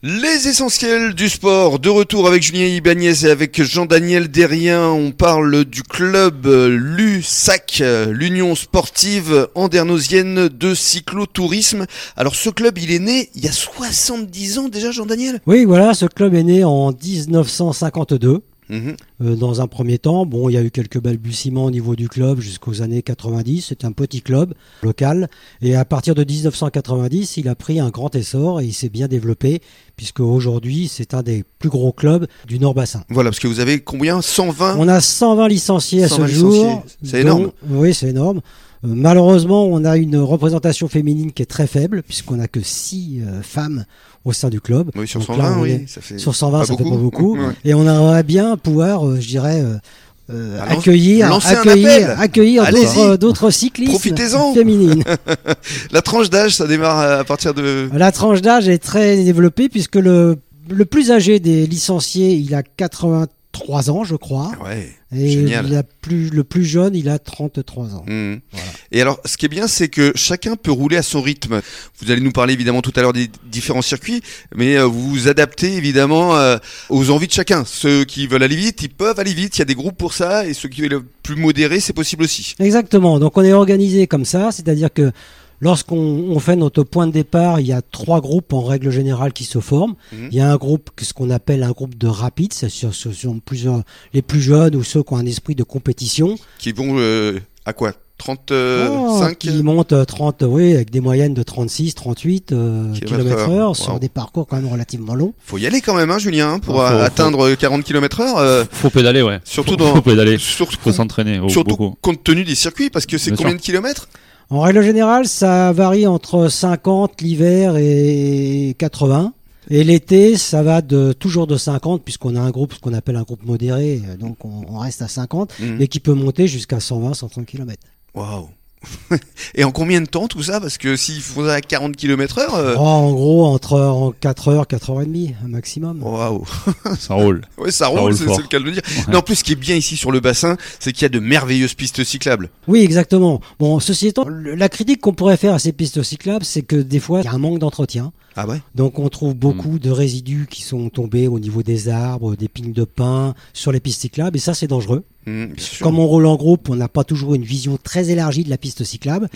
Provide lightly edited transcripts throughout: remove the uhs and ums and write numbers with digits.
Les essentiels du sport, de retour avec Julien Ibanez et avec Jean-Daniel Derrien. On parle du club l'USAC, l'Union Sportive Andernosienne de Cyclotourisme. Alors ce club, il est né il y a 70 ans déjà, Jean-Daniel ? Oui, voilà, ce club est né en 1952. Dans un premier temps, il y a eu quelques balbutiements au niveau du club jusqu'aux années 90. C'est un petit club local. Et à partir de 1990, il a pris un grand essor et il s'est bien développé, puisque aujourd'hui, c'est un des plus gros clubs du Nord-Bassin. Voilà, parce que vous avez combien ? 120 ? On a 120 licenciés à ce jour. C'est énorme. Oui, c'est énorme. Malheureusement, on a une représentation féminine qui est très faible, puisqu'on n'a que 6 femmes au sein du club. Oui, sur donc 120, là, oui. Ça fait sur 120, ça beaucoup. fait pas beaucoup. Ouais. Et on aimerait bien pouvoir, accueillir d'autres cyclistes féminines. La tranche d'âge, ça démarre à partir de... La tranche d'âge est très développée, puisque le plus âgé des licenciés, il a 83 ans, je crois. Ouais, et génial. Le plus jeune, il a 33 ans. Voilà. Et alors, ce qui est bien, c'est que chacun peut rouler à son rythme. Vous allez nous parler évidemment tout à l'heure des différents circuits, mais vous vous adaptez évidemment aux envies de chacun. Ceux qui veulent aller vite, ils peuvent aller vite. Il y a des groupes pour ça, et ceux qui veulent plus modérer, c'est possible aussi. Exactement. Donc, on est organisé comme ça, c'est-à-dire que lorsqu'on fait notre point de départ, il y a 3 groupes en règle générale qui se forment. Il y a un groupe, ce qu'on appelle un groupe de rapides, ce sont les plus jeunes ou ceux qui ont un esprit de compétition. Qui vont à quoi 35 qui montent 30, oui, avec des moyennes de 36, 38 km/h sur des parcours quand même relativement longs. Faut y aller quand même, hein, Julien, pour atteindre 40 km/h. Faut pédaler, ouais. Surtout faut pédaler. Faut s'entraîner surtout beaucoup. Compte tenu des circuits, parce que c'est Bien combien sûr. de kilomètres ? En règle générale, ça varie entre 50 l'hiver et 80. Et l'été, ça va toujours de 50, puisqu'on a un groupe, ce qu'on appelle un groupe modéré, donc on reste à 50, mais qui peut monter jusqu'à 120, 130 km. Waouh. Et en combien de temps tout ça ? Parce que s'il faut à 40 km/h... en gros, en 4 heures, 4 heures et demie, un maximum. Waouh. Ça roule. Ouais, ça roule, c'est le cas de le dire. Ouais. Mais en plus, ce qui est bien ici sur le bassin, c'est qu'il y a de merveilleuses pistes cyclables. Oui, exactement. Bon, ceci étant, la critique qu'on pourrait faire à ces pistes cyclables, c'est que des fois, il y a un manque d'entretien. Ah ouais. Donc on trouve beaucoup de résidus qui sont tombés au niveau des arbres, des pignes de pin sur les pistes cyclables, et ça c'est dangereux. Comme on roule en groupe, on n'a pas toujours une vision très élargie de la piste cyclable.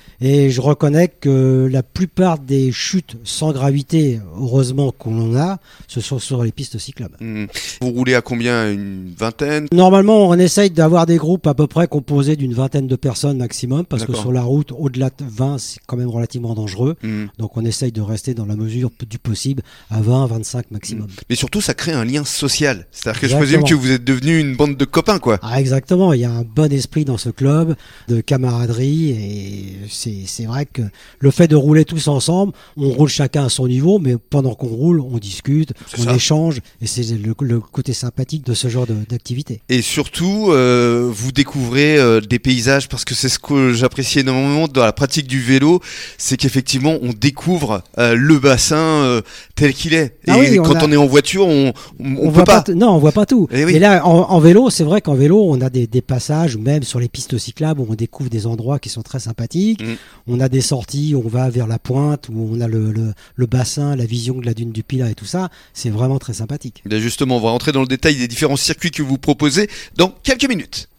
Et je reconnais que la plupart des chutes sans gravité, heureusement qu'on en a, ce sont sur les pistes cyclables. Vous roulez à combien ? Une vingtaine ? Normalement, on essaye d'avoir des groupes à peu près composés d'une vingtaine de personnes maximum, parce que sur la route, au-delà de 20, c'est quand même relativement dangereux. Donc on essaye de rester dans la mesure du possible à 20, 25 maximum. Mais surtout, ça crée un lien social. C'est-à-dire que je présume que vous êtes devenus une bande de copains, quoi. Ah, exactement. Il y a un bon esprit dans ce club de camaraderie, et c'est vrai que le fait de rouler tous ensemble, on roule chacun à son niveau, mais pendant qu'on roule, on discute, échange, et c'est le côté sympathique de ce genre d'activité. Et surtout, vous découvrez des paysages, parce que c'est ce que j'apprécie énormément dans la pratique du vélo, c'est qu'effectivement, on découvre le bassin tel qu'il est. Et quand on est en voiture, on peut pas. Non, on voit pas tout. Et là, en vélo, c'est vrai qu'en vélo, on a des passages, même sur les pistes cyclables, où on découvre des endroits qui sont très sympathiques. On a des sorties où on va vers la pointe, où on a le bassin, la vision de la dune du Pilat et tout ça. C'est vraiment très sympathique. Et justement, on va rentrer dans le détail des différents circuits que vous proposez dans quelques minutes.